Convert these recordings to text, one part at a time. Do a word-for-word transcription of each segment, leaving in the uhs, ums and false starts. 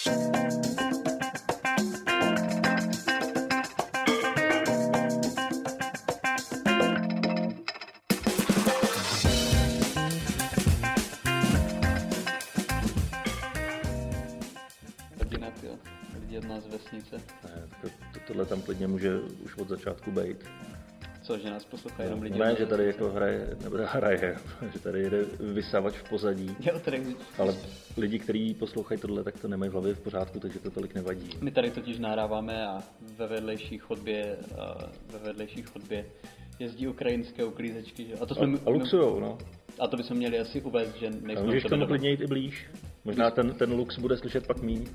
Tohle tam klidně může už od začátku být. Co, že nás poslouchají jenom lidi? Ne, že tady jako hraje, nebo hraje, že tady jede vysavač v pozadí. Jo, tady... Ale lidi, kteří poslouchají tohle, tak to nemají v hlavě v pořádku, takže to tolik nevadí. My tady totiž nahráváme a ve vedlejší chodbě, ve vedlejší chodbě jezdí ukrajinské uklízečky, že? A to jsme... A, a luxujou, no. A to bychom měli asi uvést, že nejsme... A můžeš k tomu klidně jít i blíž. Možná ten, ten lux bude slyšet pak míň.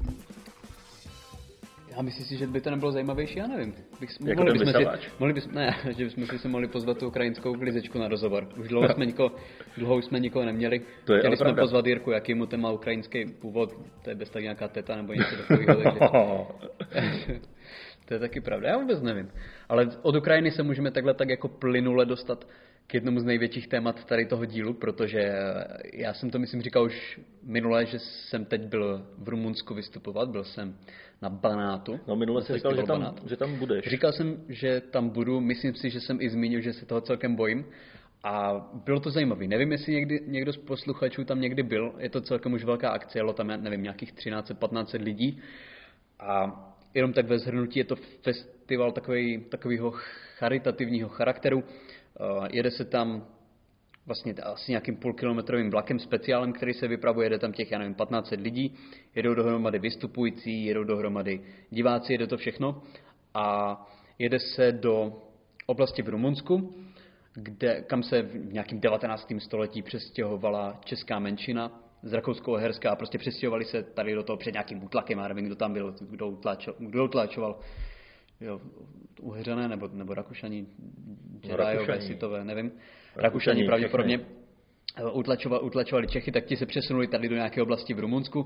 Já myslím si, že by to nebylo zajímavější, já nevím. Bych, jako mohli bychom si, mohli bychom, ne, že bychom si se mohli pozvat tu ukrajinskou klizečku na rozhovor. Už dlouho jsme nikoho, dlouho jsme nikoho neměli. To je Chtěli jsme pravda. pozvat Jirku, jaký mu ten má ukrajinský původ. To je bez tak nějaká teta nebo něco takového. Takže... to je taky pravda, já vůbec nevím. Ale od Ukrajiny se můžeme takhle tak jako plynule dostat k jednomu z největších témat tady toho dílu, protože já jsem to myslím říkal už minule, že jsem teď byl v Rumunsku vystupovat, byl jsem na Banátu. No minule jsi říkal, že tam, že tam budeš. Říkal jsem, že tam budu, myslím si, že jsem i zmínil, že se toho celkem bojím a bylo to zajímavé. Nevím, jestli někdy, někdo z posluchačů tam někdy byl, je to celkem už velká akce, jelo tam, nevím, nějakých třináct patnáct lidí a jenom tak ve shrnutí je to festival takový, takovýho charitativního charakteru. Uh, jede se tam vlastně asi nějakým půlkilometrovým vlakem speciálem, který se vypravuje, jede tam těch, já nevím, patnáct set lidí, jedou dohromady vystupující, jedou dohromady diváci, jede to všechno a jede se do oblasti v Rumunsku, kde, kam se v nějakým devatenáctém století přestěhovala česká menšina z Rakousko-Uherska a prostě přestěhovali se tady do toho před nějakým útlakem, já nevím, kdo tam byl, kdo, utlačo, kdo utlačoval. Jo, Uheřané nebo, nebo Rakušani, Džerajové, Sitové, nevím. Rakušani pravděpodobně utlačovali, utlačovali Čechy, tak ti se přesunuli tady do nějaké oblasti v Rumunsku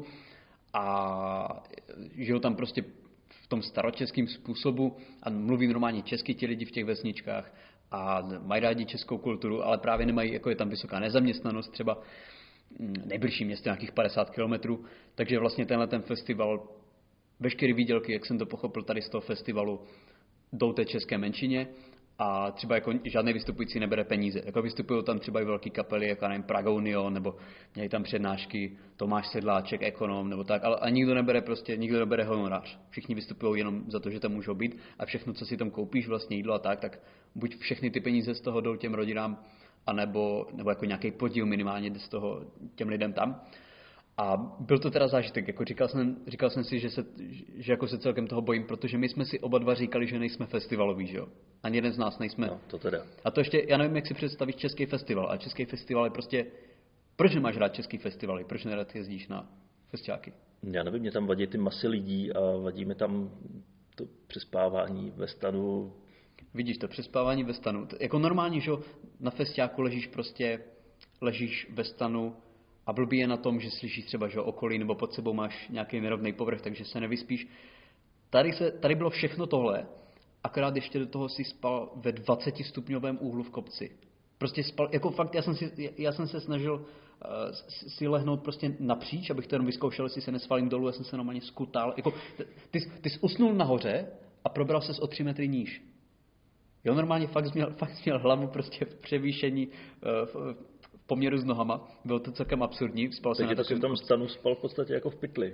a žijou tam prostě v tom staročeském způsobu a mluví normálně česky ti lidi v těch vesničkách a mají rádi českou kulturu, ale právě nemají, jako je tam vysoká nezaměstnanost, třeba nejbližší město nějakých padesát kilometrů, takže vlastně tenhle ten festival, veškeré výdělky, jak jsem to pochopil tady z toho festivalu, jdou té české menšině a třeba jako žádný vystupující nebere peníze. Jako vystupují tam třeba i velké kapely, jako nevím, Pragounio, nebo měli tam přednášky Tomáš Sedláček, ekonom, nebo tak, ale a nikdo nebere prostě, nikdo nebere honorář. Všichni vystupují jenom za to, že tam můžou být a všechno, co si tam koupíš, vlastně jídlo a tak, tak buď všechny ty peníze z toho jdou těm rodinám, anebo, nebo jako nějaký podíl minimálně z toho těm lidem tam. A byl to teda zážitek, jako říkal jsem, říkal jsem si, že, se, že jako se celkem toho bojím, protože my jsme si oba dva říkali, že nejsme festivaloví, že jo? Ani jeden z nás nejsme. No, to teda. A to ještě, já nevím, jak si představíš český festival. A český festival je prostě, proč nemáš rád český festivaly? Proč nerad jezdíš na festiáky? Já nevím, mě tam vadí ty masy lidí a vadí mi tam to přespávání ve stanu. Vidíš to, přespávání ve stanu. Jako normálně, že jo, na festiáku ležíš prostě, ležíš ve stanu, a blbý je na tom, že slyšíš třeba, že okolí nebo pod sebou máš nějaký nerovný povrch, takže se nevyspíš. Tady, se, tady bylo všechno tohle, akorát ještě do toho si spal ve dvacetistupňovém úhlu v kopci. Prostě spal, jako fakt, já jsem, si, já jsem se snažil uh, si lehnout prostě napříč, abych to jenom vyzkoušel, jestli se nesvalím dolů, já jsem se normálně skutal. Jako, ty, ty jsi usnul nahoře a probral ses o tři metry níž. Jo, normálně fakt jsi měl, fakt jsi měl hlavu prostě v převýšení, uh, v, poměru s nohama. Bylo to celkem absurdní. Spal jsem Takže to si v tom stanu spal v podstatě jako v pytli.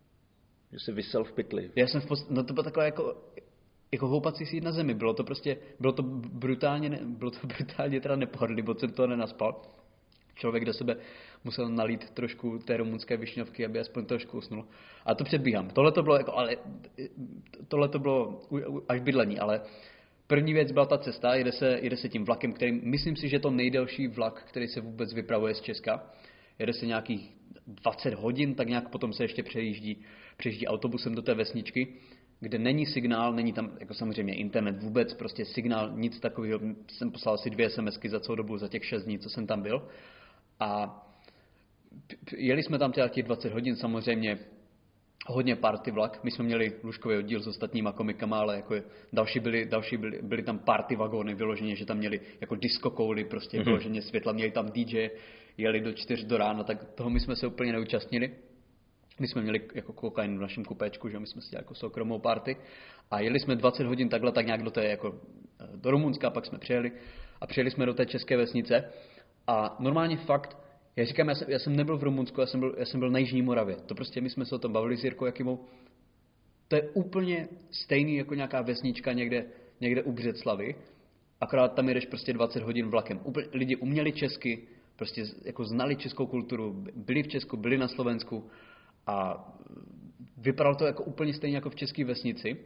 Že jsi visel v pytli. Já jsem v podstatě, no to bylo takové jako, jako houpací si jít na zemi. Bylo to prostě, bylo to brutálně, ne, bylo to brutálně teda nepohodlný, bo jsem toho nenaspal. Člověk do sebe musel nalít trošku té rumunské višňovky, aby aspoň trošku usnul. A to předbíhám. Tohle to bylo jako, ale tohle to bylo až bydlení, ale první věc byla ta cesta, jede se, jede se tím vlakem, který, myslím si, že je to nejdelší vlak, který se vůbec vypravuje z Česka. Jede se nějakých dvacet hodin, tak nějak potom se ještě přejíždí, přejíždí autobusem do té vesničky, kde není signál, není tam jako samozřejmě internet vůbec, prostě signál, nic takového. Jsem poslal asi dvě SMSky za celou dobu, za těch šest dní, co jsem tam byl. A jeli jsme tam těch dvacet hodin, samozřejmě hodně party vlak. My jsme měli lůžkový oddíl s ostatníma komikama, ale jako další byli, další byli, byli tam party vagóny vyloženě, že tam měli jako disco kouly, prostě mm-hmm. vyloženě světla, měli tam D J, jeli do čtyř do rána, tak toho my jsme se úplně neúčastnili. My jsme měli jako kokain v našem kupéčku, že my jsme si dělali jako soukromou party a jeli jsme dvacet hodin takhle tak nějak do té jako do Rumunska, pak jsme přijeli a přijeli jsme do té české vesnice a normálně fakt, já říkám, já jsem, já jsem nebyl v Rumunsku, já jsem byl, já jsem byl na Jižní Moravě. To prostě my jsme se o tom bavili s Jirkou Jakimou. To je úplně stejný jako nějaká vesnička někde, někde u Břeclavi, akorát tam jedeš prostě dvacet hodin vlakem. Úplně, lidi uměli česky, prostě jako znali českou kulturu, byli v Česku, byli na Slovensku a vypadalo to jako úplně stejně jako v české vesnici,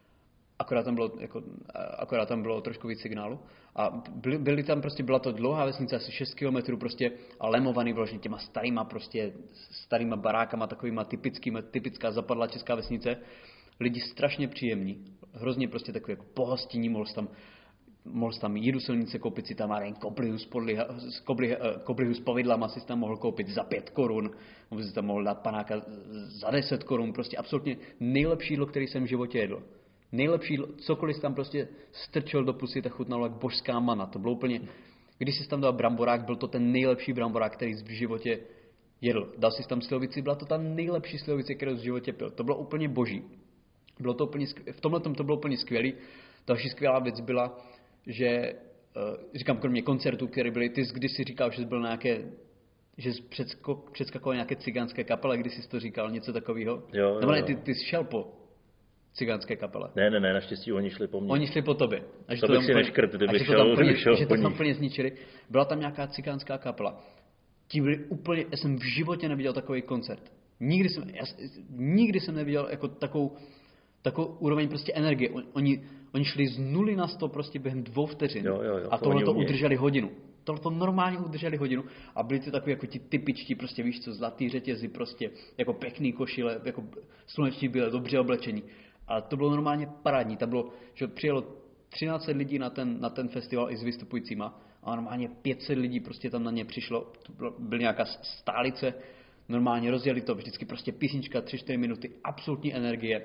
akorát tam bylo, jako, akorát tam bylo trošku víc signálu a byli, byli tam prostě, byla to dlouhá vesnice, asi šest kilometrů prostě a lemovaný vložně těma starýma prostě, starýma barákama, takovýma typickýma, typická zapadlá česká vesnice, lidi strašně příjemní, hrozně prostě takový jako pohostinní, mohl tam mohl tam jít do silnice, koupit si tam jen koblihu s, podliha, s kobli, koblihu s povidlama, si tam mohl koupit za pět korun, nebo si tam mohl dát panáka za deset korun, prostě absolutně nejlepší jídlo, který jsem v životě jedl. Nejlepší jídlo, cokoliv tam prostě strčil do pusy, tak chutnalo jak božská mana. To bylo úplně, když jsi tam dal bramborák, byl to ten nejlepší bramborák, který jsi v životě jedl. Dal si tam slivovici, byla to ta nejlepší slivovice, kterou jsi v životě pil. To bylo úplně boží. Bylo to úplně, v tomhle tom to bylo úplně skvělý. Další skvělá věc byla, že, říkám, kromě koncertů, které byly, ty jsi kdysi říkal, že jsi byl na nějaké, že jsi předskakoval nějaké cigánské kapele, když jsi to říkal, něco takového. Jo, jo, Nebo ne, jo. ty, ty jsi šel po cigánské kapele. Ne, ne, ne, naštěstí oni šli po mně. Oni šli po tobě. To, to bych si neškrt, kdyby šel, plně, šel že po to tam nich. plně zničili. Byla tam nějaká cigánská kapela. Ti byli úplně, já jsem v životě neviděl takový koncert. Nikdy jsem, já, nikdy jsem neviděl jako takovou, takovou úroveň prostě energie. Oni, oni šli z nuly na sto prostě během dvou vteřin. Jo, jo, jo, a to tohle oni to umějí. udrželi hodinu. Tohle to normálně udrželi hodinu a byli to takový jako ti typičtí, prostě víš co, zlatý řetězy, prostě jako pěkný košile, jako sluneční bílé, dobře oblečení. A to bylo normálně parádní. Tam bylo, že přijelo třináct set lidí na ten, na ten festival i s vystupujícíma a normálně pět set lidí prostě tam na ně přišlo. To bylo, byl nějaká stálice, normálně rozjeli to, vždycky prostě písnička, tři čtyři minuty, absolutní energie.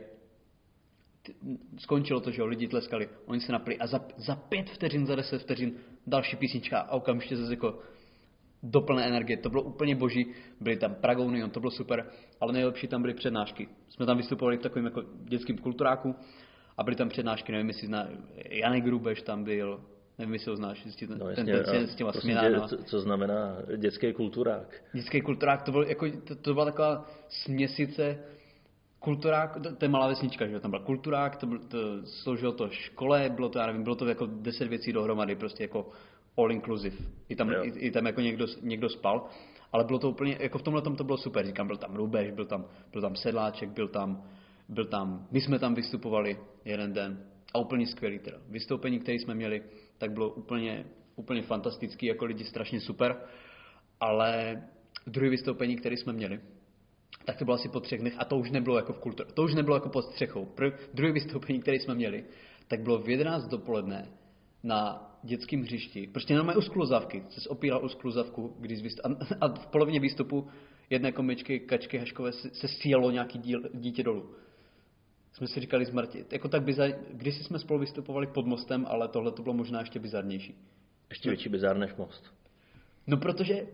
Skončilo to, že jo, lidi tleskali, oni se napili a za, za pět vteřin, za deset vteřin další písnička a okamžitě zase jako do plné energie. To bylo úplně boží, byli tam Pragonion, to bylo super, ale nejlepší tam byly přednášky. Jsme tam vystupovali v takovém jako dětském kulturáku a byly tam přednášky, nevím, jestli zná, Janek Rubeš tam byl, nevím, jestli ho znáš, ten, No, ten, jasně, ten, s těma prosím směnánama. tě, co, co znamená dětský kulturák? Dětský kulturák, to, byl jako, to, to byla taková směsice kulturák, to, to je malá vesnička, že tam byl kulturák, to, byl, to sloužilo to škole, bylo to, já nevím, bylo to jako deset věcí dohromady, prostě jako all inclusive. I tam, i, i tam jako někdo, někdo spal, ale bylo to úplně, jako v tomhle tom to bylo super, říkám, byl tam Rubeš, byl tam, byl tam Sedláček, byl tam, byl tam, my jsme tam vystupovali jeden den a úplně skvělý teda. Vystoupení, které jsme měli, tak bylo úplně, úplně fantastický, jako lidi strašně super, ale druhé vystoupení, které jsme měli, tak to bylo asi po třech dnech a to už nebylo jako v kultuře, to už nebylo jako pod střechou. Prv, druhé vystoupení, které jsme měli, tak bylo v jedenáct dopoledne na dětském hřišti. Prostě normálně u skluzavky, se opíral u skluzavku, když vystup, a, a v polovině výstupu jedné komičky Kačky Haškové se, se sjelo nějaký díl, dítě dolů. Jsme si říkali smrti. Jako tak bizar, když jsme spolu vystupovali pod mostem, ale tohle to bylo možná ještě bizarnější. Ještě větší bizár než most. No protože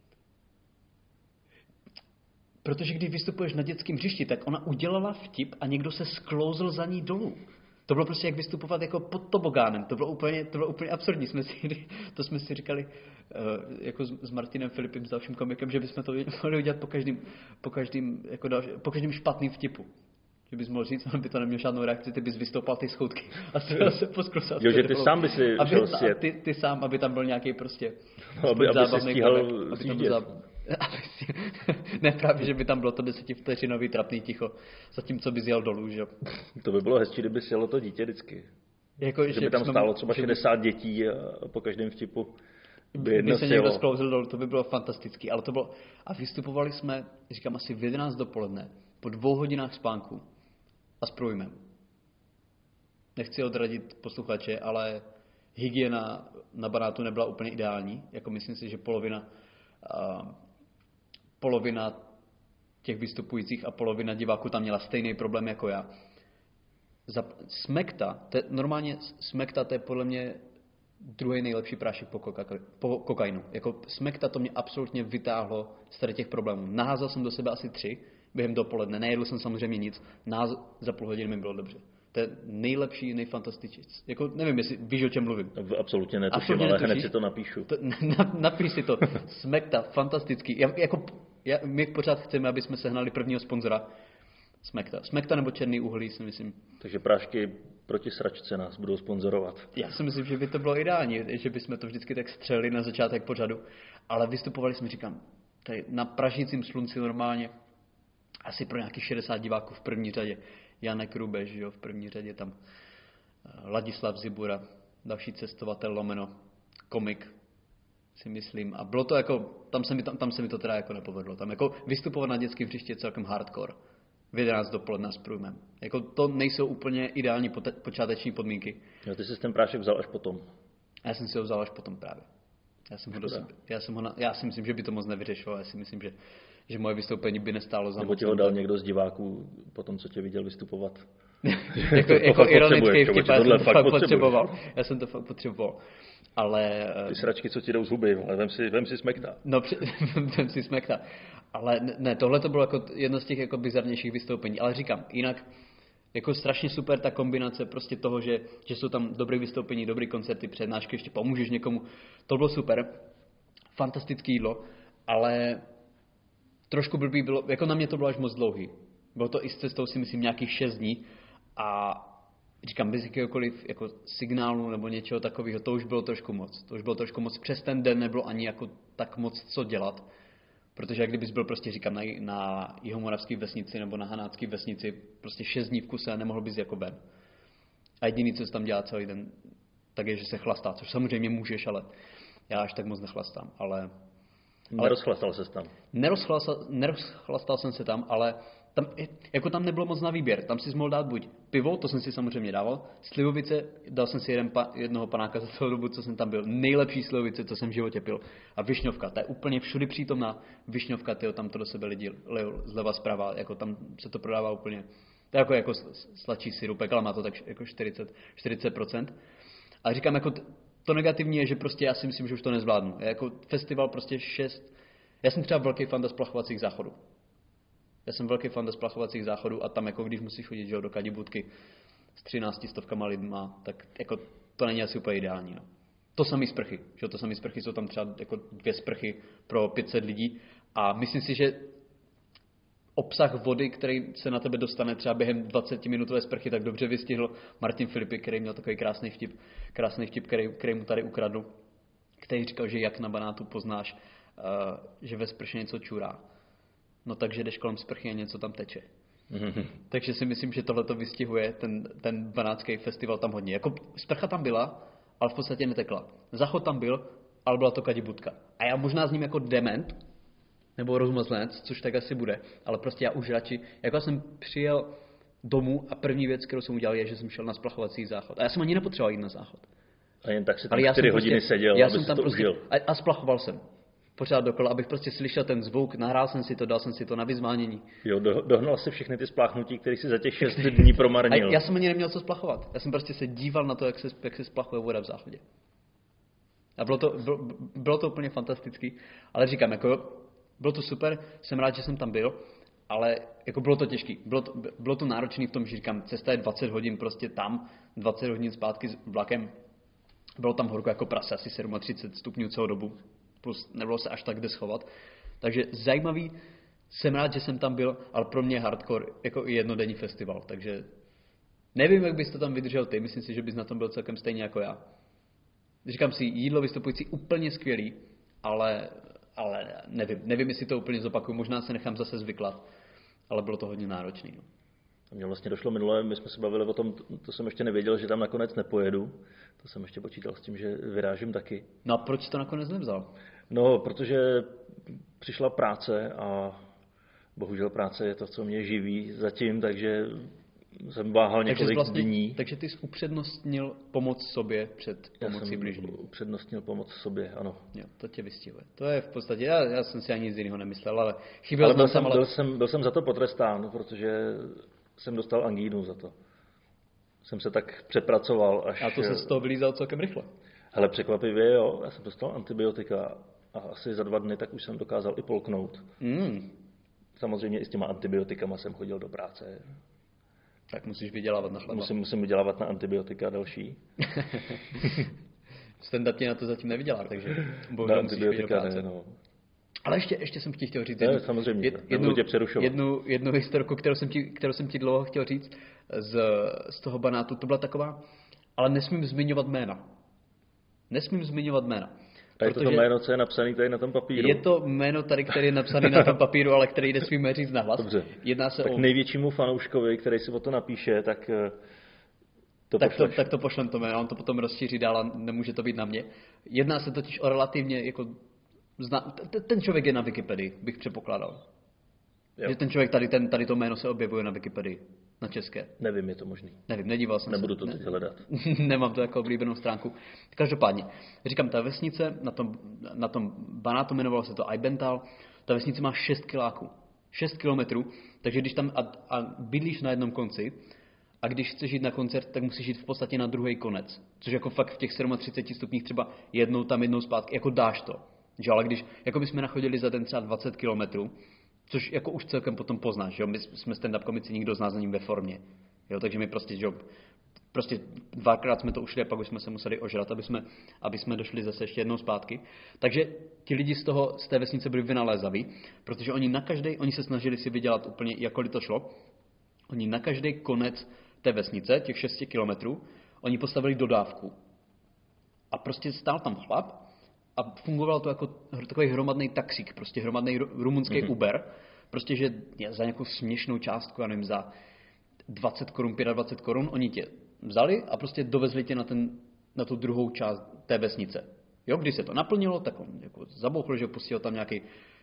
Protože když vystupuješ na dětském hřišti, tak ona udělala vtip a někdo se sklouzl za ní dolů. To bylo prostě jak vystupovat jako pod tobogánem. To bylo úplně, to bylo úplně absurdní. Jsme si, to jsme si říkali uh, jako s, s Martinem Filipem, s dalším komikem, že bychom to mohli udělat po každým, po každým, jako další, po každým špatným vtipu. Že bys mohl říct, aby to neměl žádnou reakci, ty bys vystoupal ty schoutky a střel se po sklusat. Jo, že ty sám by si aby, šel sjet. ty, ty sám, aby tam byl nějaký prostě No, aby, aby se stíhal aby tam byl zábavný. Ne, právě, že by tam bylo to desetivteřinový trapný ticho, zatímco by zjel dolů, že? To by bylo hezčí, kdyby sjelo to dítě vždycky. Jako, že by tam stálo třeba šedesát dětí a po každém vtipu by jedno by se někdo sjelo. sklouzl dolů, to by bylo fantastický, ale to bylo, a vystupovali jsme, říkám, asi v jedenáct dopoledne, po dvou hodinách spánku a s průjmem. Nechci odradit posluchače, ale hygiena na Banátu nebyla úplně ideální, jako myslím si, že polovina uh, polovina těch vystupujících a polovina diváků tam měla stejný problém jako já. Za, smekta, to je, normálně smekta, to je podle mě druhý nejlepší prášek po, koka, po kokainu. Jako smekta to mě absolutně vytáhlo z tady těch problémů. Naházel jsem do sebe asi tři, během dopoledne. Nejedl jsem samozřejmě nic. Nás za půl hodiny mi bylo dobře. To je nejlepší, nejfantastičtější. Jako, nevím, jestli víš, o čem mluvím. Absolutně netuším, ale hned si to napíšu. To, na, napiš si to. Smekta, fantastický. Já, jako, já, my pořád chceme, aby jsme sehnali prvního sponzora. Smekta. Smekta nebo černý uhlí, si myslím. Takže prášky proti sračce nás budou sponzorovat. Já si myslím, že by to bylo ideální, že bychom to vždycky tak střelili na začátek pořadu. Ale vystupovali jsme, říkám, tady na pražícím slunci normálně asi pro nějakých šedesát diváků v první řadě. Janek Rubeš, jo, v první řadě tam Ladislav Zibura, další cestovatel lomeno, komik, si myslím. A bylo to jako, tam se mi, tam, tam se mi to teda jako nepovedlo. Tam jako vystupovat na dětském hřišti je celkem hardcore. V jedenáct dopoledne s průjmem. Jako to nejsou úplně ideální počáteční podmínky. Jo, ty jsi ten prášek vzal až potom. Já jsem si ho vzal až potom právě. Já jsem ho do sebe, já jsem ho na, já si myslím, že by to moc nevyřešilo. Já si myslím, že, že moje vystoupení by nestálo za moc. Nebo ti ho dal někdo z diváků po tom, co tě viděl vystupovat. jako jako ironický vtip, já jsem to fakt potřeboval. Já jsem to fakt potřeboval. Ale... Ty sračky, co ti jdou z huby, ale vem si, vem si Smekta. No, vem si Smekta. Ale ne, tohle to bylo jako jedno z těch jako bizarnějších vystoupení. Ale říkám, jinak jako strašně super ta kombinace prostě toho, že, že jsou tam dobré vystoupení, dobré koncerty, přednášky, ještě pomůžeš někomu. To bylo super. Fantastické jídlo, ale trošku blbý bylo, jako na mě to bylo až moc dlouhý. Bylo to i s cestou, si myslím, nějakých šest dní a říkám, bez jakéhokoliv jako signálu nebo něčeho takového, to už bylo trošku moc. To už bylo trošku moc. Přes ten den nebylo ani jako tak moc co dělat. Protože jak kdybys byl prostě, říkám, na, na jihomoravské vesnici nebo na hanácké vesnici prostě šest dní v kuse a nemohl bys jako ven. A jediný, co se tam dělá celý den, tak je, že se chlastá, což samozřejmě můžeš, ale já až tak moc nechlastám. Ale, Nerozchlastal ses tam? Nerozchlastal, nerozchlastal jsem se tam, ale tam, jako tam nebylo moc na výběr. Tam si mohl dát buď pivo, to jsem si samozřejmě dával, slivovice, dal jsem si jeden pa, jednoho panáka za celou dobu, co jsem tam byl. Nejlepší slivovice, co jsem v životě pil. A višňovka, ta je úplně všudy přítomná. Višňovka, tyjo, tam to do sebe lidi lejou zleva zprava, jako tam se to prodává úplně. To je jako, jako sladší sirupek, ale má to tak jako čtyřicet procent. A říkám, jako to negativní je, že prostě já si myslím, že už to nezvládnu. Já jako festival prostě šest. Já jsem třeba velký fan splachovacích záchodů. Já jsem velký fan splachovacích záchodů a tam jako když musíš chodit že, do kadibudky s třinácti stovkama lidma, tak jako to není asi úplně ideální. No. To samý sprchy. Že? To samý sprchy jsou tam třeba jako dvě sprchy pro pět set lidí a myslím si, že obsah vody, který se na tebe dostane třeba během dvacetiminutové sprchy, tak dobře vystihl Martin Filipy, který měl takový krásný vtip, krásný vtip, který, který mu tady ukradl, který říkal, že jak na banátu poznáš, uh, že ve sprše něco čurá. No takže jdeš kolem sprchy a něco tam teče. Mm-hmm. Takže si myslím, že tohle to vystihuje ten, ten banátský festival tam hodně. Jako sprcha tam byla, ale v podstatě netekla. Záchod tam byl, ale byla to kadibudka. A já možná s ním jako dement, nebo rozmazlenec, což tak asi bude, ale prostě já už radši, jako jsem přijel domů a první věc, kterou jsem udělal, je, že jsem šel na splachovací záchod. A já jsem ani nepotřeboval jít na záchod. A jen tak si tam čtyři hodiny prostě, seděl, já aby jsem tam to prostě, užil. A, a splachoval jsem. Pořád dokola, abych prostě slyšel ten zvuk, nahrál jsem si to, dal jsem si to na vyzvánění. Jo, do, dohnal si všechny ty spláchnutí, které si za těch šest dní promarnil. A já jsem ani neměl co splachovat. Já jsem prostě se díval na to, jak se, jak se splachuje voda v záchodě. A bylo to, bylo, bylo to úplně fantastický. Ale říkám, jako bylo to super, jsem rád, že jsem tam byl, ale jako bylo to těžký. Bylo to, bylo to náročný v tom, že říkám, cesta je dvacet hodin prostě tam, dvacet hodin zpátky s vlakem. Bylo tam horko jako prase, asi třicet sedm stupňů celou dobu. Plus nebylo se až tak kde schovat. Takže zajímavý, jsem rád, že jsem tam byl, ale pro mě hardcore jako i jednodenní festival. Takže nevím, jak bys to tam vydržel ty, myslím si, že bys na tom byl celkem stejně jako já. Říkám si, jídlo vystupující úplně skvělý, ale, ale nevím, nevím, jestli to úplně zopakuju, možná se nechám zase zvyklat, ale bylo to hodně náročný. No. Mně vlastně došlo minule, my jsme se bavili o tom, to jsem ještě nevěděl, že tam nakonec nepojedu. To jsem ještě počítal s tím, že vyrážím taky. No a proč to nakonec nevzal? No, protože přišla práce a bohužel práce je to, co mě živí zatím, takže jsem váhal několik vlastně, dní. Takže ty jsi upřednostnil pomoc sobě před pomocí bližním. Já jsem upřednostnil pomoc sobě, ano. Jo, to tě vystihuje. To je v podstatě, já, já jsem si ani nic jiného nemyslel, ale chyběl ale byl jsem jsem, tam, ale... Byl jsem, byl jsem za to potrestán, protože jsem dostal angínu za to. Jsem se tak přepracoval až... A to se z toho vylízal celkem rychle. Hele, překvapivě, jo. Já jsem dostal antibiotika a asi za dva dny tak už jsem dokázal i polknout. Mm. samozřejmě i s těma antibiotikama jsem chodil do práce. Tak musíš vydělávat na chleba. Musím, musím vydělávat na antibiotika a další. Stand-up ti na to zatím nevydělá, takže na antibiotika ne, no. Ale ještě, ještě jsem ti chtěl říct jednu, jednu, ne, samozřejmě, jednu, jednu, jednu historku, kterou jsem, ti, kterou jsem ti dlouho chtěl říct z, z toho banátu. To byla taková, ale nesmím zmiňovat jména. Nesmím zmiňovat jména. A je to to jméno, co je napsané tady na tom papíru? Je to jméno tady, který je napsaný na tom papíru, ale který nesmíme říct nahlas. Dobře. Jedná se tak o... největšímu fanouškovi, který si o to napíše, tak to tak to, tak to pošlem to jméno, on to potom rozšíří dál a nemůže to být na mě. Jedná se totiž o relativně jako... Zna... Ten člověk je na Wikipedii, bych předpokládal. Jo. Že ten člověk tady, ten, tady to jméno se objevuje na Wikipedii, na české. Nevím, je to možný. Nevím, nedíval jsem Nebudu se. to teď ne, hledat. Nemám to jako oblíbenou stránku. Každopádně, říkám, ta vesnice, na tom, na tom banátu jmenovalo se to Eibental, ta vesnice má šest kiláků. šest kilometrů, takže když tam a, a bydlíš na jednom konci, a když chceš jít na koncert, tak musíš jít v podstatě na druhý konec. Což jako fakt v těch třiceti sedmi stupních třeba jednou tam, jednou zpátky, jako dáš to. Že, ale když, jako bychom nachodili za den třeba dvacet kilometrů, což jako už celkem potom poznáš, že jo? My jsme stand-up komici, nikdo z nás není ve formě. Jo? Takže my prostě, že jo, prostě dvakrát jsme to ušli a pak už jsme se museli ožrat, aby jsme, aby jsme došli zase ještě jednou zpátky. Takže ti lidi z, toho, z té vesnice byli vynalézaví, protože oni na každý, oni se snažili si vydělat úplně, jakkoliv to šlo, oni na každý konec té vesnice, těch šesti kilometrů, oni postavili dodávku. A prostě stál tam chlap a fungovalo to jako takový hromadný taxík, prostě hromadný rumunský mm-hmm. Uber, prostě, že za nějakou směšnou částku, já nevím, za dvacet korun, dvacet pět korun, oni tě vzali a prostě dovezli tě na, ten, na tu druhou část té vesnice. Jo, když se to naplnilo, tak on jako zabouchl, že pustil tam nějaký,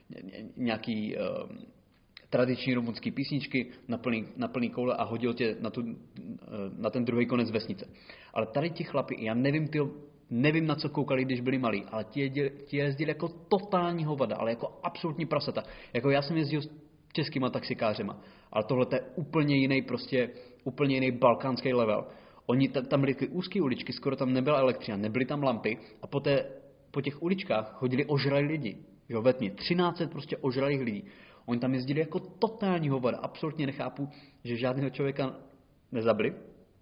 nějaký um, tradiční rumunský písničky na plný, na plný koule a hodil tě na, tu, na ten druhý konec vesnice. Ale tady ti chlapi, já nevím, tyjo, nevím, na co koukali, když byli malí, ale ti jezdili, ti jezdili jako totální hovada, ale jako absolutní prasata. Jako já jsem jezdil s českýma taxikářema, ale tohle je úplně jiný, prostě úplně jiný balkánský level. Oni tam byly ty úzké uličky, skoro tam nebyla elektřina, nebyly tam lampy a po, té, po těch uličkách chodili ožralí lidi. Jo, ve tmě, třináct set prostě ožralých lidí. Oni tam jezdili jako totální hovada. Absolutně nechápu, že žádného člověka nezabili.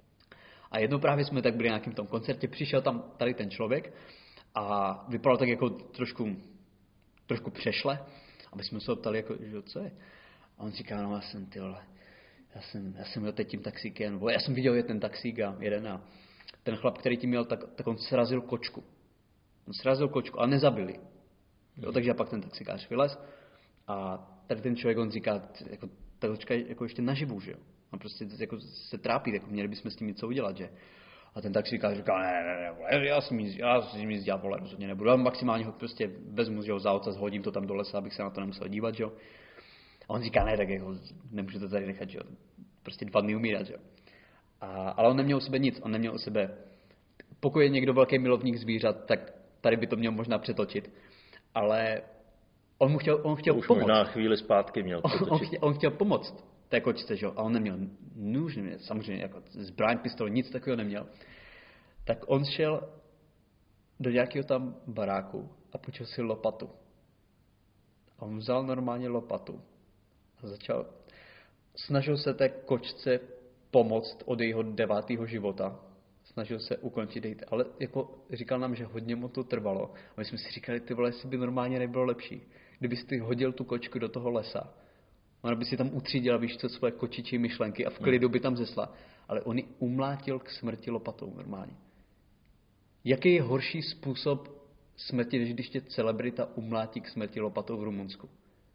A jednou právě jsme tak byli na nějakém tom koncertě, přišel tam tady ten člověk a vypadal tak jako trošku, trošku přešle. A my jsme se ho ptali, jako, že co je? A on říká, no já jsem, ty vole, já jsem, já jsem jel teď tím taxíkem, nebo já jsem viděl je ten taxík a jeden a ten chlap, který tím měl, tak, tak on srazil kočku. On srazil kočku, ale nezabili. Jo, takže pak ten taxikář vylez a tady ten člověk, on říká, jako, ta kočka je jako ještě naživu, že jo? A prostě jako se trápí, jako měli bychom s tím něco udělat, že? A ten taxikář říká, ne, ne, ne, vole, já si mi já si mi dělat, vole, rozhodně nebudu. Já maximálně ho prostě vezmu, že ho za oca, zhodím to tam do lesa, abych se na to nemusel dívat, že jo? A on říká, ne, tak jako nemůžu to tady nechat, že jo? Prostě dva dny umírat, že jo? A, ale on neměl u sebe nic, on neměl u sebe, pokud je někdo velký milovník zvířat, tak tady by to měl možná přetočit, ale on mu chtěl, on chtěl už pomoct. Možná chvíli zpátky měl přetočit. On chtěl, on chtěl pomoct té kočce, že jo? A on neměl nůž, neměl, samozřejmě jako zbraň, pistol, nic takového neměl. Tak on šel do nějakého tam baráku a půjčil si lopatu. A on vzal normálně lopatu a začal, snažil se té kočce pomoct od jejího devátého života. Snažil se ukončit dejt, ale jako říkal nám, že hodně mu to trvalo. A my jsme si říkali, ty vole, jestli by normálně nebylo lepší, kdyby si hodil tu kočku do toho lesa. Ona by si tam utřídila, víš co, svoje kočičí myšlenky a v klidu by tam zesla. Ale on ji umlátil k smrti lopatou normálně. Jaký je horší způsob smrti, než když tě celebrita umlátí k smrti lopatou v Rumunsku?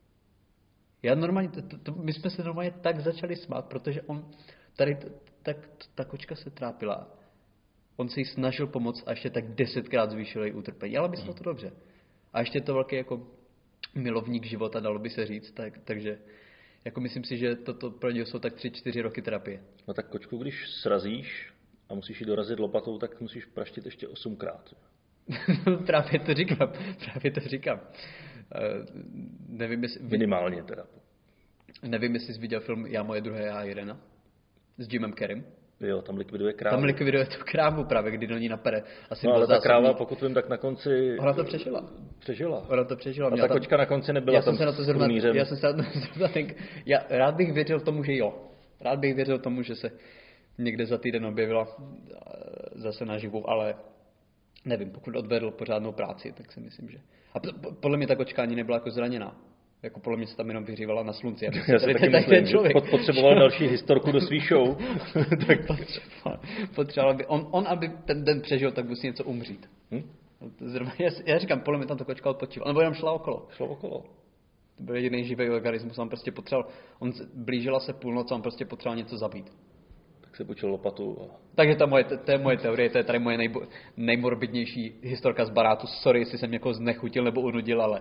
Já normálně, to, to, my jsme se normálně tak začali smát, protože on, tady tak ta kočka se trápila. On se jí snažil pomoct a ještě tak desetkrát zvýšil její utrpení. Ale myslel to dobře. A ještě to velký jako milovník života, dalo by se říct, tak, takže jako myslím si, že toto pro něj jsou tak tři, čtyři roky terapie. No tak kočku, když srazíš a musíš ji dorazit lopatou, tak musíš praštit ještě osmkrát. Právě to říkám, právě to říkám. Uh, nevím, jestli... Minimálně teda. Nevím, jestli jsi viděl film Já, moje druhé já, Irena s Jimem Carreym. Jo, tam likviduje krávu. Tam likviduje tu krávu právě, kdy do ní napere. Asi no ale ta kráva, pokud vím, tak na konci... Ona to přežila. Přežila. Ona to přežila. A ta tam... kočka na konci nebyla já tam jsem se na to zrovna, s Já jsem se na to zrovna tenk... Já rád bych věřil tomu, že jo. Rád bych věřil tomu, že se někde za týden objevila zase naživu, ale nevím, pokud odvedl pořádnou práci, tak si myslím, že... A podle mě ta kočka ani nebyla jako zraněná. Jako podle mě se tam jenom vyhřívala na slunci. Já si taky myslím, že potřeboval další historku do svý show. tak potřeboval, potřeboval by, on, on, aby ten den přežil, tak musí něco umřít. Hm? Zrovna, já, já říkám, podle mě tam ta kočka odpočívala. Nebo jenom šla okolo. Šla okolo. To byl jediný živý organismus, on prostě potřeboval, on blížila se půlnoc a on prostě potřeboval něco zabít. Tak se počul lopatu. A... Takže to, moje, to je moje teorie, to je tady moje nejbo, nejmorbidnější historka z barátu. Sorry, jestli jsem někoho znechutil nebo unudil, ale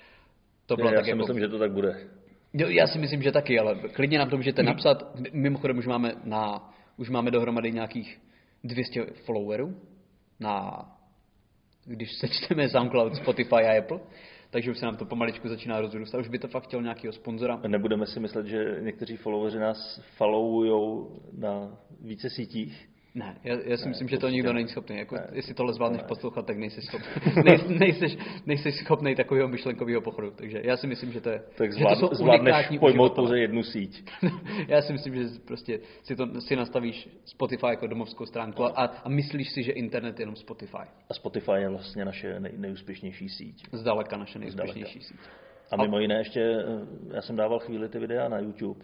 to bylo já tak si jako... myslím, že to tak bude. Jo, já si myslím, že taky, ale klidně nám to můžete napsat. Mimochodem už máme, na, už máme dohromady nějakých dvě stě followerů, na, když sečteme SoundCloud, Spotify a Apple, takže už se nám to pomaličku začíná rozrůstat. Už by to fakt chtěl nějakého sponzora. Nebudeme si myslet, že někteří followeri nás followujou na více sítích? Ne, já, já si ne, myslím, že to nikdo ne. není schopný. Jako, ne, jestli tohle zvládneš ne. poslouchat, tak nejsi schopný. Nej, nejseš, nejsi schopný takového myšlenkového pochodu. Takže já si myslím, že to je... Tak že to zvlád, zvládneš pojmout uživatelé. pouze jednu síť. Já si myslím, že prostě si, to, si nastavíš Spotify jako domovskou stránku a, a myslíš si, že internet je jenom Spotify. A Spotify je vlastně naše nej, nejúspěšnější síť. Zdaleka naše nejúspěšnější síť. A mimo jiné ještě, já jsem dával chvíli ty videa na YouTube,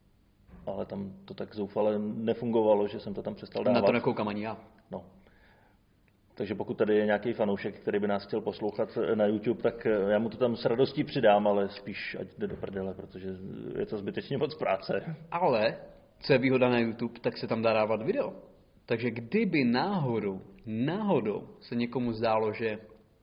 ale tam to tak zoufale nefungovalo, že jsem to tam přestal dávat. Na to nekoukám ani já. No. Takže pokud tady je nějaký fanoušek, který by nás chtěl poslouchat na YouTube, tak já mu to tam s radostí přidám, ale spíš ať jde do prdele, protože je to zbytečně moc práce. Ale, co je výhoda na YouTube, tak se tam dá dávat video. Takže kdyby náhodou, náhodou se někomu zdálo, že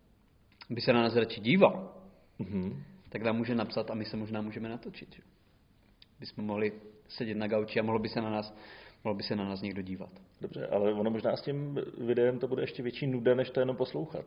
by se na nás radši díval, mm-hmm. tak nám může napsat a my se možná můžeme natočit. Že? Bychom mohli sedět na gauči a mohlo by se na nás, mohlo by se na nás někdo dívat. Dobře, ale ono možná s tím videem to bude ještě větší nuda, než to jenom poslouchat.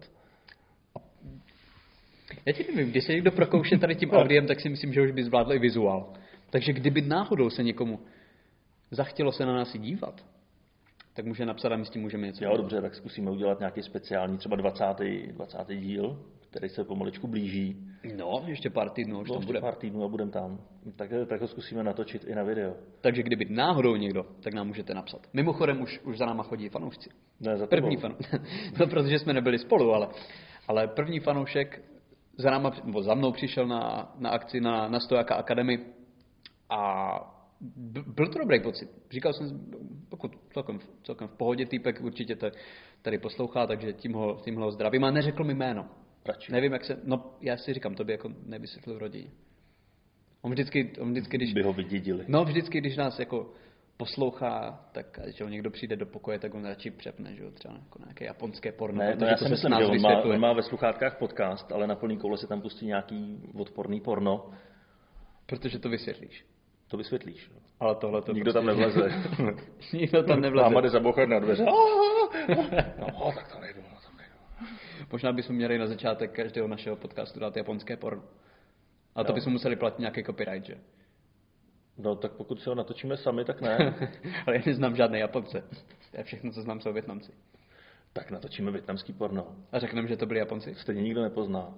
Já ti nevím, když se někdo prokouše tady tím audiem, tak si myslím, že už by zvládl i vizuál. Takže kdyby náhodou se někomu zachtělo se na nás i dívat, tak může napsat a my s tím můžeme něco Jo, dělat. dobře, tak zkusíme udělat nějaký speciální, třeba dvacátý, dvacátý díl, který se pomaličku blíží. No, ještě pár týdnů už no, tam bude. pár týdnů a budeme tam. Tak, tak ho zkusíme natočit i na video. Takže kdyby náhodou někdo, tak nám můžete napsat. Mimochodem už, už za náma chodí fanoušci. Ne, za První fan... no, protože jsme nebyli spolu, ale, ale první fanoušek za, náma, nebo za mnou přišel na, na akci na, na Stojaka Academy a byl to dobrý pocit. Říkal jsem, pokud celkem, celkem v pohodě, týpek určitě to tady poslouchá, takže tím ho, tím ho zdravím a neřekl mi jméno. Radši. Nevím, jak se, no já si říkám, to by jako nevysvětlil v rodině. On vždycky, on vždycky, když... By ho vydědili. No vždycky, když nás jako poslouchá, tak že někdo přijde do pokoje, tak on radši přepne, že jo, třeba jako nějaké japonské porno. Ne, to já si myslím, že on má, on má ve sluchátkách podcast, ale na plný koule si tam pustí nějaký odporný porno. Protože to vysvětlíš. To vysvětlíš. Ale tohle to Nikdo prostě... tam nevleze. Nikdo tam nevleze. Máma jde zabouchat na dveře. No, tak to nejdu, no, to nejdu. Možná bychom měli na začátek každého našeho podcastu dát japonské porno. A to no. bychom museli platit nějaký copyright, že? No, tak pokud si ho natočíme sami, tak ne. Ale já neznám žádné Japonce. Já všechno, co znám, jsou Vietnamci. Tak natočíme vietnamský porno. A řekneme, že to byli Japonci? Stejně nikdo nepozná.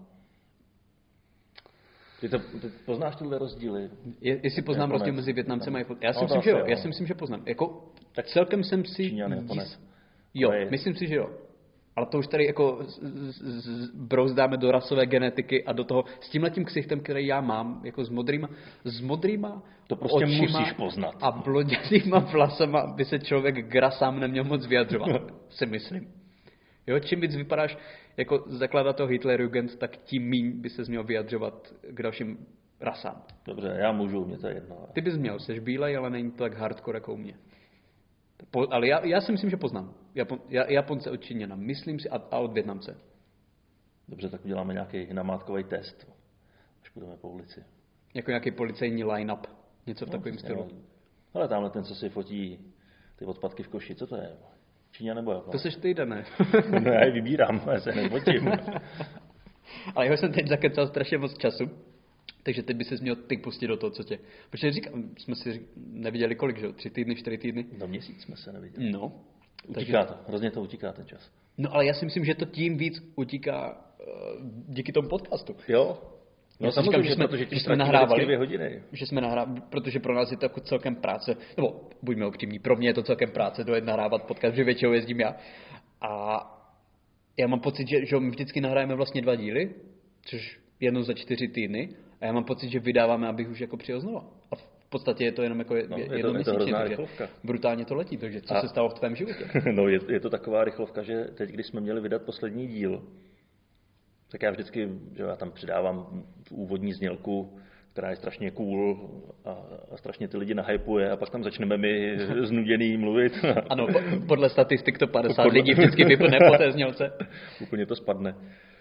Ty, to, ty poznáš tyhle rozdíly? Je, jestli poznám rozdíl mezi Vietnamcem a Japoncem? Já si no, myslím, že jo. jo. Já si myslím, že poznám. Jako, tak celkem jsem si... Číňan, Japonec. Jo, myslím si, že jo. Ale to už tady jako z, z, z, brouzdáme do rasové genetiky a do toho s tímhletím ksichtem, který já mám, jako s modrýma, s modrýma to prostě očima musíš poznat. A blonděnýma vlasama by se člověk k rasám neměl moc vyjadřovat, si myslím. Jo, čím víc vypadáš jako zakladatel Hitlerjugend, tak tím míň by se měl vyjadřovat k dalším rasám. Dobře, já můžu, mě to je jedno. Ty bys měl, jsi bílej, ale není to tak hardcore jako u mě. Po, ale já, já si myslím, že poznám. Japon, Japonce od Číňana, myslím si, a, a od Vietnamce. Dobře, tak uděláme nějaký namátkový test, až budeme po ulici. Jako nějaký policejní line-up, něco v no, takovém stylu. Ale tamhle ten, co si fotí ty odpadky v koši, co to je? Číňan nebo Japonec? To seš ty, ne? No já je vybírám, já se nefotím. Ale jeho jsem teď zakecal strašně moc času, Takže teď by se měl ty pustit do toho, co tě... Protože říkám, jsme si neviděli kolik, že jo? Tři týdny, čtyři týdny? Do měsíc jsme se neviděli. No. Utíká to, hrozně to utíká ten čas. No ale já si myslím, že to tím víc utíká uh, díky tomu podcastu. Jo. No samozřejmě, říkám, že jsme, protože tím jsme nahrávali dvě hodiny. Že jsme nahrávali, protože pro nás je to jako celkem práce, nebo buďme upřímní, pro mě je to celkem práce dojet nahrávat podcast, že většinou jezdím já. A já mám pocit, že, že my vždycky nahrajeme vlastně dva díly, což jednou za čtyři týdny, a já mám pocit, že vydáváme, abych už jako přijel znova. A v podstatě je to jenom jako no, jednoměsíčně, takže brutálně to letí. Takže co a... se stalo v tvém životě? No je, je to taková rychlovka, že teď, když jsme měli vydat poslední díl, tak já vždycky, že já tam přidávám úvodní znělku, která je strašně cool a, a strašně ty lidi nahypuje a pak tam začneme my znuděný mluvit. Ano, podle statistik to padesát podle... lidí vždycky vypne po té znělce. Úplně to spadne.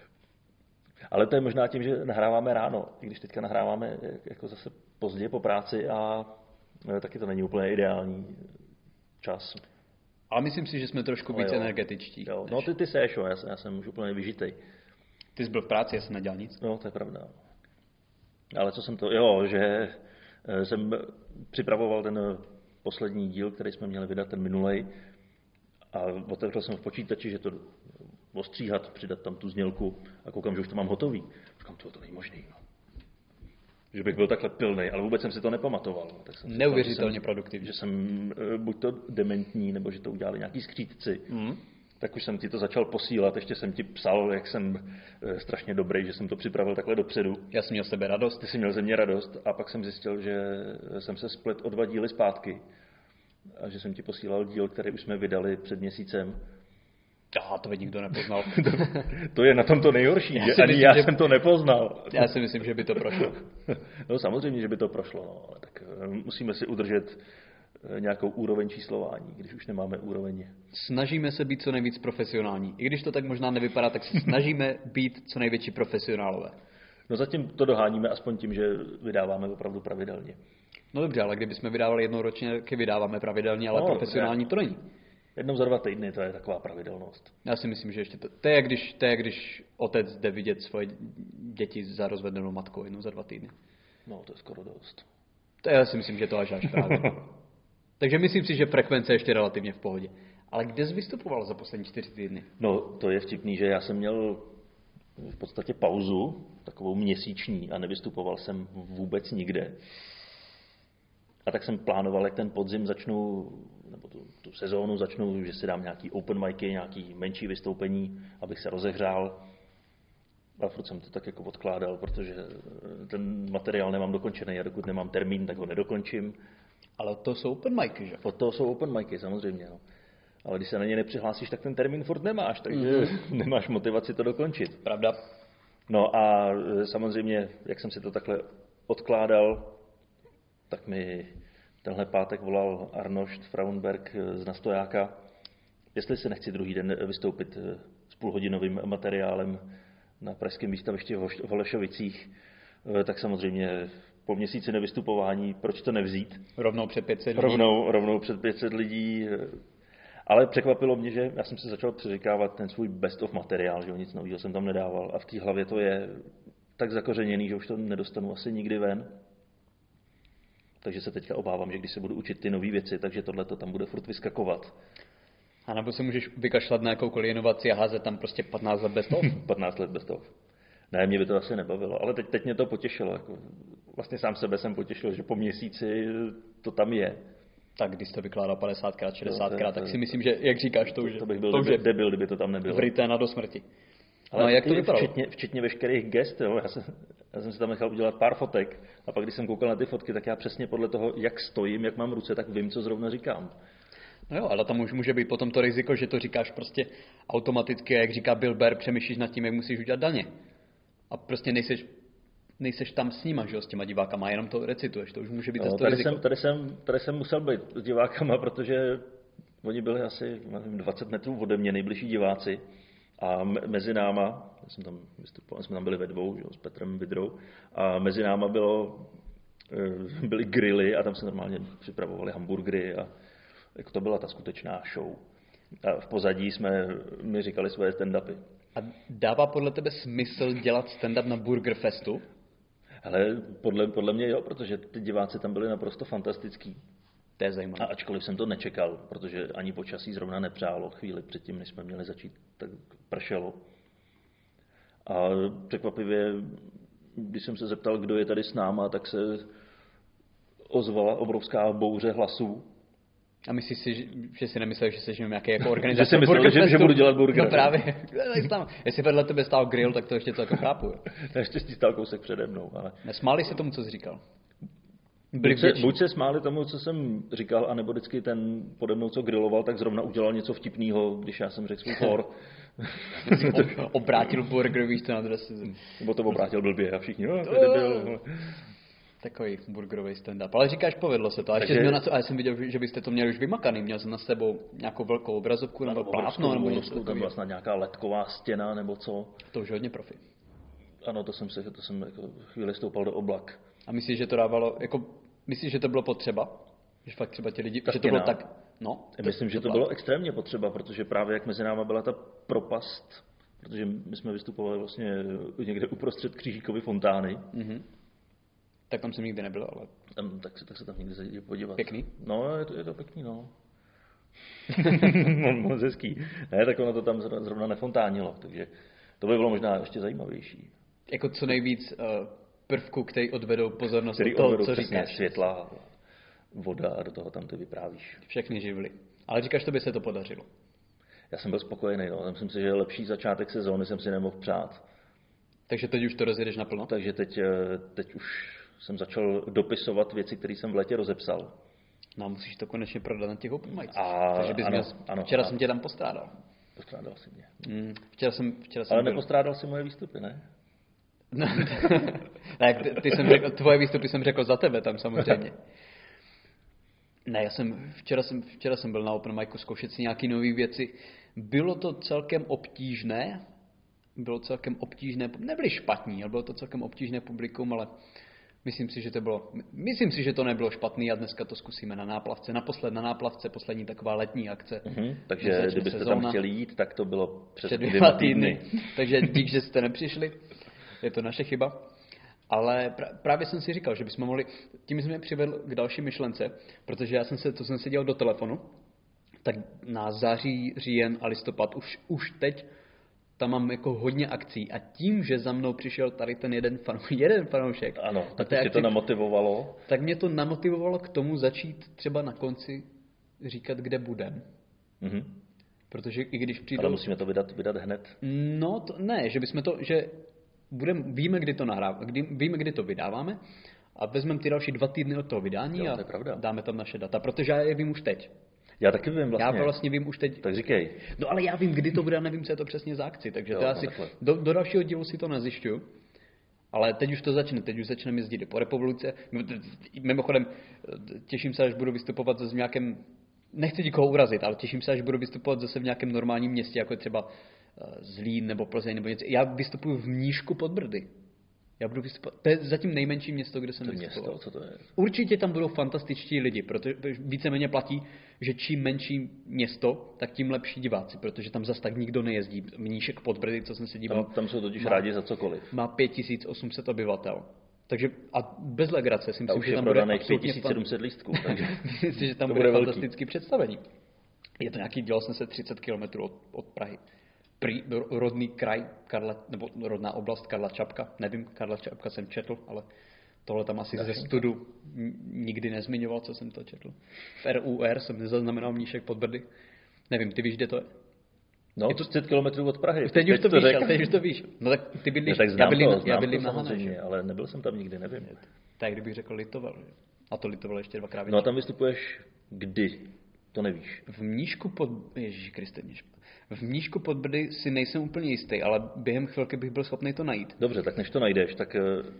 Ale to je možná tím, že nahráváme ráno, i když teďka nahráváme jako zase pozdě po práci a taky to není úplně ideální čas. Ale myslím si, že jsme trošku víc energetičtí. Jo. No ty, ty seš, jo, já, já jsem už úplně vyžitej. Ty jsi byl v práci, já jsem nedělal nic. No, to je pravda. Ale co jsem to, jo, že jsem připravoval ten poslední díl, který jsme měli vydat, ten minulej, a otevřel jsem v počítači, že to ostříhat, přidat tam tu znělku a koukám, že už to mám hotový. Říkám, to, to není možný. No. Že bych byl takhle pilnej, ale vůbec jsem si to nepamatoval. Tak jsem Neuvěřitelně říkal, produktivní. Že jsem buď to dementní, nebo že to udělali nějaký skřítci. Mm. Tak už jsem ti to začal posílat, ještě jsem ti psal, jak jsem strašně dobrý, že jsem to připravil takhle dopředu. Já jsem měl z tebe radost. Ty jsi měl ze mě radost a pak jsem zjistil, že jsem se splet o dva díly zpátky a že jsem ti posílal díl, který už jsme vydali před měsícem. Já to by nikdo nepoznal. to, to je na tom to nejhorší, já že ani myslím, já že... jsem to nepoznal. Já si myslím, že by to prošlo. No samozřejmě, že by to prošlo, no, ale tak musíme si udržet nějakou úroveň číslování, když už nemáme úroveň. Snažíme se být co nejvíc profesionální. I když to tak možná nevypadá, tak se snažíme být co největší profesionálové. No zatím to doháníme aspoň tím, že vydáváme opravdu pravidelně. No dobře, ale kdybychom vydávali jednou ročně, taky vydáváme pravidelně, ale no, profesionální ne. To není. Jednou za dva týdny, to je taková pravidelnost. Já si myslím, že ještě to, to je, když, to je, když otec jde vidět svoje děti za rozvedenou matkou jednou za dva týdny. No, to je skoro dost. To já si myslím, že to až až právě. Takže myslím si, že frekvence je ještě relativně v pohodě. Ale kde jsi vystupoval za poslední čtyři týdny? No, to je vtipný, že já jsem měl v podstatě pauzu, takovou měsíční, a nevystupoval jsem vůbec nikde. A tak jsem plánoval, jak ten podzim začnu, nebo tu, tu sezónu začnu, že si dám nějaký open micy, nějaký menší vystoupení, abych se rozehřál. A furt jsem to tak jako odkládal, protože ten materiál nemám dokončený a dokud nemám termín, tak ho nedokončím. Ale od toho jsou open micy, že? Od toho jsou open micy, samozřejmě. No. Ale když se na ně nepřihlásíš, tak ten termín furt nemáš, takže mm. nemáš motivaci to dokončit. Pravda. No a samozřejmě, jak jsem si to takhle odkládal, tak mi tenhle pátek volal Arnošt Frauenberg z Nastojáka, jestli se nechci druhý den vystoupit s půlhodinovým materiálem na pražském výstavišti v Holešovicích, tak samozřejmě po měsíci nevystupování, proč to nevzít? Rovnou před pět set lidí. Rovnou, rovnou před pět set lidí. Ale překvapilo mě, že já jsem se začal přeříkávat ten svůj best of materiál, že nic nového jsem tam nedával. A v té hlavě to je tak zakořeněný, že už to nedostanu asi nikdy ven. Takže se teďka obávám, že když se budu učit ty nové věci, takže tohle to tam bude furt vyskakovat. A nebo se můžeš vykašlat na jakoukoliv inovaci a házet tam prostě patnáct let best of? patnáct let best of. Ne, mě by to asi nebavilo, ale teď, teď mě to potěšilo. Jako, vlastně sám sebe jsem potěšil, že po měsíci to tam je. Tak když to vykládal padesátkrát, šedesátkrát, tak si myslím, že, jak říkáš, to už to, to bych byl to debil, debil, kdyby to tam nebylo. Vryté na do smrti. Ale no, jak to vypadalo? Včetně, včetně veškerých gest, jo. Já, jsem, já jsem si tam nechal udělat pár fotek a pak, když jsem koukal na ty fotky, tak já přesně podle toho, jak stojím, jak mám ruce, tak vím, co zrovna říkám. No jo, ale tam už může být potom to riziko, že to říkáš prostě automaticky, jak říká Bill Burr, přemýšlíš nad tím, jak musíš udělat daně. A prostě nejseš, nejseš tam s nima, že jo, s těma divákama, jenom to recituješ, to už může být no, to tady riziko. Jsem, tady, jsem, tady jsem musel být s divákama, protože oni byli asi nevím, dvacet metrů ode mě, nejbližší diváci. A mezi náma, já jsem tam vystupoval, jsme tam byli ve dvou, že jo, s Petrem Vidrou, a mezi náma bylo, byly grily a tam se normálně připravovali hamburgery a jako to byla ta skutečná show. A v pozadí jsme mi říkali svoje stand-upy. A dává podle tebe smysl dělat stand-up na Burger Festu? Ale podle, podle mě jo, protože ty diváci tam byli naprosto fantastický. To je zajímavé. A ačkoliv jsem to nečekal, protože ani počasí zrovna nepřálo chvíli předtím, než jsme měli začít, tak pršelo. A překvapivě, když jsem se zeptal, kdo je tady s náma, tak se ozvala obrovská bouře hlasů. A myslíš si, že, že si nemyslel, že jsi nějaký jako organizátor? Že si myslel, že, že budu dělat burger. No právě. Jestli vedle tebe stál grill, tak to ještě celkem chápu. Ještě stál kousek přede mnou. Ale... Nesmáli se tomu, co jsi říkal? Buď se, buď se smáli tomu, co jsem říkal, anebo vždycky ten pode mnou, co griloval, tak zrovna udělal něco vtipného, když já jsem řekl svůj for. Obrátil burger, víš to na adresu. Nebo to obrátil blbě a všichni, no, to je debil. Takový burgerový stand-up. Ale říkáš, povedlo se to. A, ještě Takže... na co, a já jsem viděl, že byste to měli už vymakaný. Měl jsem na sebou nějakou velkou obrazovku nebo plátno. Nebo něco. Tam byla snad nějaká ledková stěna nebo co. To už hodně profi. Ano, to jsem, se, to jsem jako chvíli stoupal do oblak. A myslíš, že to dávalo, jako, myslíš, že to bylo potřeba? Že fakt třeba ti lidi, tak že to bylo nám. tak, no. To, Myslím, že to bylo extrémně potřeba, protože právě jak mezi náma byla ta propast, protože my jsme vystupovali vlastně někde uprostřed Křížíkovy fontány. Mm-hmm. Tak tam jsem nikdy nebyl, ale... Tam, tak, se, tak se tam někdy zajdi podívat. Pěkný? No, je to, je to pěkný, no. Moc hezký. Ne, tak ono to tam zrovna nefontánilo, takže to by bylo možná ještě zajímavější. Jako co nejvíc uh, prvků, který odvedou pozornost který od toho, odvedou co říkáš. Světla, voda a do toho tam ty vyprávíš. Všechny živly. Ale říkáš, to by se to podařilo. Já jsem byl spokojený, no. Myslím si, že lepší začátek sezóny jsem si nemohl přát. Takže teď už to rozjedeš naplno? Takže teď, teď už jsem začal dopisovat věci, které jsem v létě rozepsal. No, musíš to konečně prodat na těch open mics. A, Takže bys ano, měl, ano, včera ano. jsem tě tam postrádal. Postrádal jsi mě. Mm, včera jsem, včera jsem Ale byl... nepostrádal si moje výstupy, ne? No, ne, ty, ty jsem řekl, tvoje výstupy jsem řekl za tebe tam samozřejmě. Ne, já jsem, včera jsem, včera jsem byl na open micu zkoušet si nějaké nové věci. Bylo to celkem obtížné, bylo celkem obtížné, nebyli špatní, ale bylo to celkem obtížné publikum, ale myslím si, že to bylo, myslím si, že to nebylo špatný a dneska to zkusíme na náplavce. Naposled na náplavce, poslední taková letní akce. Mm-hmm, takže kdybyste sezóna, tam chtěli jít, tak to bylo před, před dvěma týdny. týdny. Takže dík, že jste nepřišli, je to naše chyba. Ale právě jsem si říkal, že bychom mohli, tím jsme mě přivedl k další myšlence, protože já jsem se, to jsem se dělal do telefonu, tak na září, říjen a listopad už, už teď tam mám jako hodně akcí a tím, že za mnou přišel tady ten jeden, fan, jeden fanoušek. Ano, tak tě to namotivovalo. Tak mě to namotivovalo k tomu začít třeba na konci říkat, kde budem. Mm-hmm. Protože i když přijdou... Ale musíme to vydat, vydat hned. No, to, ne, že bychom to, že budem, víme, kdy to nahráváme, kdy, víme, kdy to vydáváme a vezmeme ty další dva týdny od toho vydání jo, a to dáme tam naše data, protože já je vím už teď. Já taky vím vlastně. Já vlastně vím už teď. Tak říkej. No ale já vím, kdy to bude, nevím, co je to přesně za akci, takže jo, to asi, do, do dalšího dílu si to nezjišťuju. Ale teď už to začne, teď už začneme jezdit po republice. Mimochodem, těším se, až budu vystupovat zase v nějakém, nechci nikoho urazit, ale těším se, až budu vystupovat zase v nějakém normálním městě, jako je třeba Zlín nebo Plzeň nebo něco. Já vystupuju v Mníšku pod Brdy. Já budu vystupovat. To je zatím nejmenší město, kde jsem to vystupoval. Město, co to je? Určitě tam budou fantastičtí lidi, protože víceméně platí, že čím menší město, tak tím lepší diváci, protože tam zas tak nikdo nejezdí. Mníšek pod Brdy, co jsem se díval. Tam, tam jsou totiž má, rádi za cokoliv. Má pět tisíc osm set obyvatel. Takže a bez legrace si myslím, že tam bude pět tisíc sedm set lístků. Takže myslím si, že tam bude, bude fantastický představení. Je to nějaký, dělal jsem se třicet kilometrů od, od Prahy. Prý, rodný kraj, Karla, nebo rodná oblast Karla Čapka. Nevím, Karla Čapka jsem četl, ale tohle tam asi ze studu nikdy nezmiňoval, co jsem to četl. V R U R jsem nezaznamenal Mníšek pod Brdy. Nevím, ty víš, kde to je? No, je to třicet kilometrů od Prahy. Teď, teď už to, to víš, ale teď už to víš. No tak ty bydlíš, tak já bydlím, to, já bydlím to na Hané, ale nebyl jsem tam nikdy, nevím. Tak kdybych řekl Litovel. A to Litovel ještě dvakrát víc. No a tam vystupuješ kdy? To nevíš. V Mníšku pod... Ježíš Kriste, v Mníšku pod Brdy si nejsem úplně jistý, ale během chvilky bych byl schopný to najít. Dobře, tak než to najdeš, tak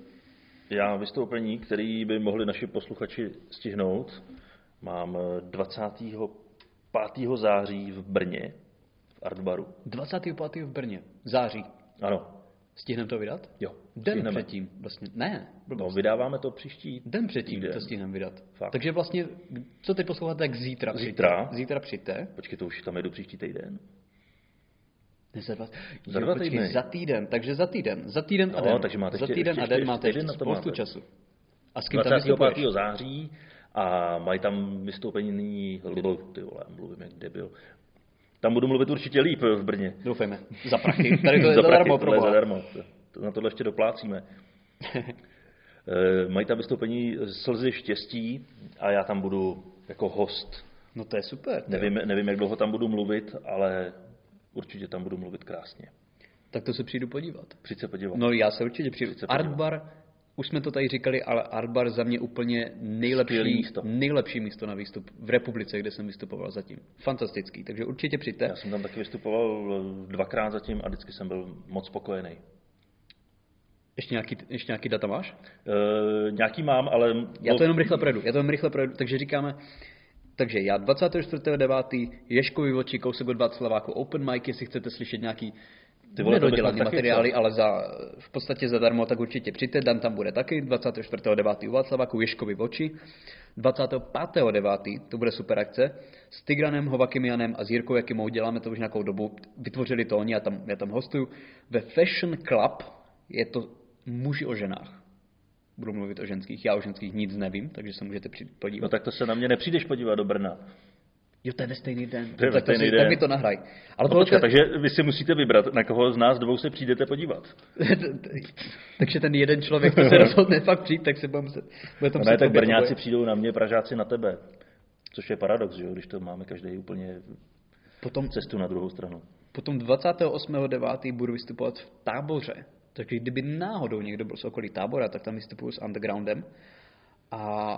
já vystoupení, který by mohli naši posluchači stihnout, mám dvacátého pátého září v Brně, v Artbaru. dvacátého pátého v Brně, září. Ano. Stihneme to vydat? Jo. Den stihneme. předtím, vlastně. Ne. No, vydáváme to příští Den předtím týden. To stihneme vydat. Fakt. Takže vlastně, co teď posloucháte, tak zítra. Zítra. Přijďte. Zítra přijďte. Počkej, to už tam jedu příští týden. Za dva, za, jo, dva počkej, týdny. za týden, takže za týden. Za týden no, a den. Takže máte za ještě, týden ještě, a den ještě, máte ještě spoustu máte. času. A s kým tam dvacátého vystupuješ? pátého září a mají tam vystoupení, ty vole, mluvím jak debil. Tam budu mluvit určitě líp v Brně. Doufejme. Za prachy. Tady to je za zadarmo. Tohle je zadarmo. To, na tohle ještě doplácíme. Mají tam vystoupení Slzy štěstí a já tam budu jako host. No to je super. Nevím, nevím, jak dlouho tam budu mluvit, ale určitě tam budu mluvit krásně. Tak to se přijdu podívat. Přijď se podívat. No já se určitě přijdu. Artbar, už jsme to tady říkali, ale Artbar za mě úplně nejlepší místo. nejlepší místo na výstup v republice, kde jsem vystupoval zatím. Fantastický, takže určitě přijďte. Já jsem tam taky vystupoval dvakrát zatím a vždycky jsem byl moc spokojený. Ještě nějaký, ještě nějaký data máš? E, nějaký mám, ale... Já to jenom rychle projdu, já to jenom rychle projdu, takže říkáme, takže já dvacátého čtvrtého devátého Ježkovi oči, kousek od Václaváku, open mic, jestli chcete slyšet nějaký nedodělaný materiály, ale za, v podstatě zadarmo, tak určitě přijďte, Dan tam bude taky, dvacátého čtvrtého devátého u Václaváku, Ježkovi oči, dvacátého pátého devátého to bude super akce, s Tigranem, Hovakimianem a s Jirkou Jakimou děláme to už nějakou dobu, vytvořili to oni, já tam, já tam hostuju, ve Fashion Club, je to muži o ženách. Budu mluvit o ženských, já o ženských nic nevím, takže se můžete podívat. No tak to se na mě nepřijdeš podívat do Brna. Jo, to je ve stejný den. To je tak, stejný si, den. tak mi to nahraj. Ale no počkej, je... takže vy si musíte vybrat, na koho z nás dvou se přijdete podívat. Takže ten jeden člověk, kdo se rozhodne fakt přijít, tak se budeme muset... Bude to no ne, tak Brňáci bude... přijdou na mě, Pražáci na tebe. Což je paradox, že jo, když to máme každý úplně potom, cestu na druhou stranu. Potom dvacátého osmého devátého budu vystupovat v Táboře. Takže kdyby náhodou někdo byl z okolí Tábora, tak tam vystupuju s Undergroundem. A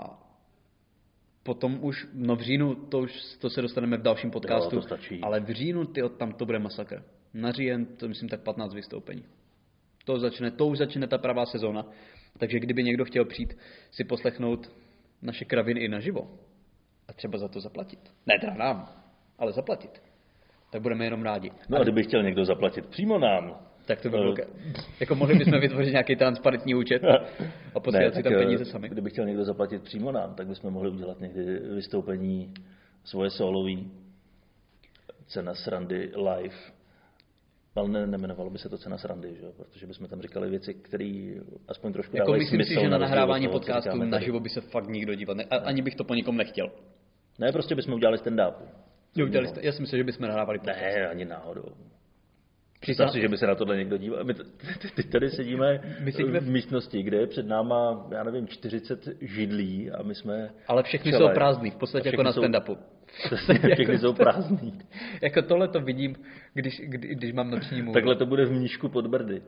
potom už, no v říjnu, to už to se dostaneme v dalším podcastu, jo, to stačí. Ale v říjnu, tyjo, tam to bude masakr. Na říjen, to myslím tak patnáct vystoupení. To začne, to už začne ta pravá sezóna. Takže kdyby někdo chtěl přijít si poslechnout naše kraviny i naživo a třeba za to zaplatit. Ne teda nám, ale zaplatit. Tak budeme jenom rádi. No a kdyby chtěl někdo zaplatit přímo nám, tak to by bylo... Jako mohli bychom vytvořit nějaký transparentní účet a posílat si tam peníze sami. Kdyby chtěl někdo zaplatit přímo nám, tak bychom mohli udělat někdy vystoupení svoje solový, cena srandy live. Ale ne, nemenovalo by se to cena srandy, že? Protože bychom tam říkali věci, které aspoň trošku jako dávají myslím smysl. Si, že na nahrávání toho, podcastu naživo by se fakt nikdo dívat. Ne, ani bych to po nikom nechtěl. Ne, prostě bychom udělali stand-up. Jo, udělali st- já si myslím, že bychom nahrávali podcast. Ne, ani náhodou. Představ si, že by se na tohle někdo díval. My teď tady sedíme v místnosti, kde je před náma, já nevím, čtyřicet židlí a my jsme... Ale všechny jsou prázdný, v podstatě jako na stand-upu. Všechny jsou prázdný. Jako tohle to vidím, když, kdy, když mám noční můru. Takhle to bude v Mníšku pod Brdy.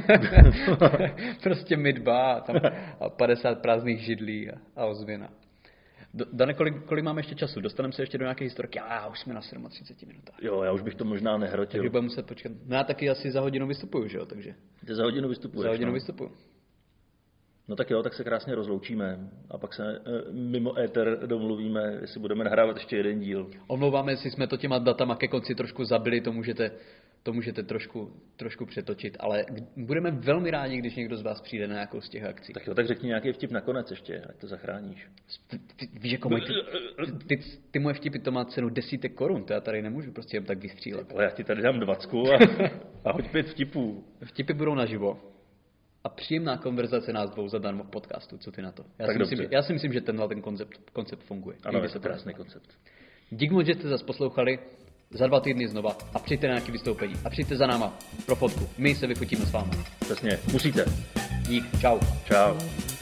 Prostě my dva, tam a padesát prázdných židlí a, a ozvěna. Dane, kolik, kolik máme ještě času? Dostaneme se ještě do nějaké historky? Já už jsme na třicet sedm minutách. Jo, já už bych to možná nehrotil. Takže budeme muset počkat. No já taky asi za hodinu vystupuju, že jo? Takže... Ty za hodinu vystupuješ. Za hodinu no. vystupuju. No tak jo, tak se krásně rozloučíme a pak se e, mimo éter domluvíme, jestli budeme nahrávat ještě jeden díl. Omlouváme, jestli jsme to těma datama ke konci trošku zabili, to můžete, to můžete trošku, trošku přetočit, ale budeme velmi rádi, když někdo z vás přijde na nějakou z těch akcí. Tak jo, tak řekni nějaký vtip nakonec ještě, ať to zachráníš. Ty, ty, víš, jako můj, ty, ty, ty, ty moje vtipy, to má cenu desítek korun, to já tady nemůžu prostě jen tak vystřílet. Ale já ti tady dám dvacku a, a hoď pět vtipů. Vtipy budou naživo. A příjemná konverzace nás dvou zadarmo v podcastu. Co ty na to? Já, si myslím, já si myslím, že tenhle ten koncept, koncept funguje. Ano, je to krásný koncept. Dík moc, že jste zase poslouchali. Za dva týdny znova a přijďte na nějaké vystoupení. A přijďte za náma pro fotku. My se vyfotíme s vámi. Přesně, musíte. Dík, čau. Čau.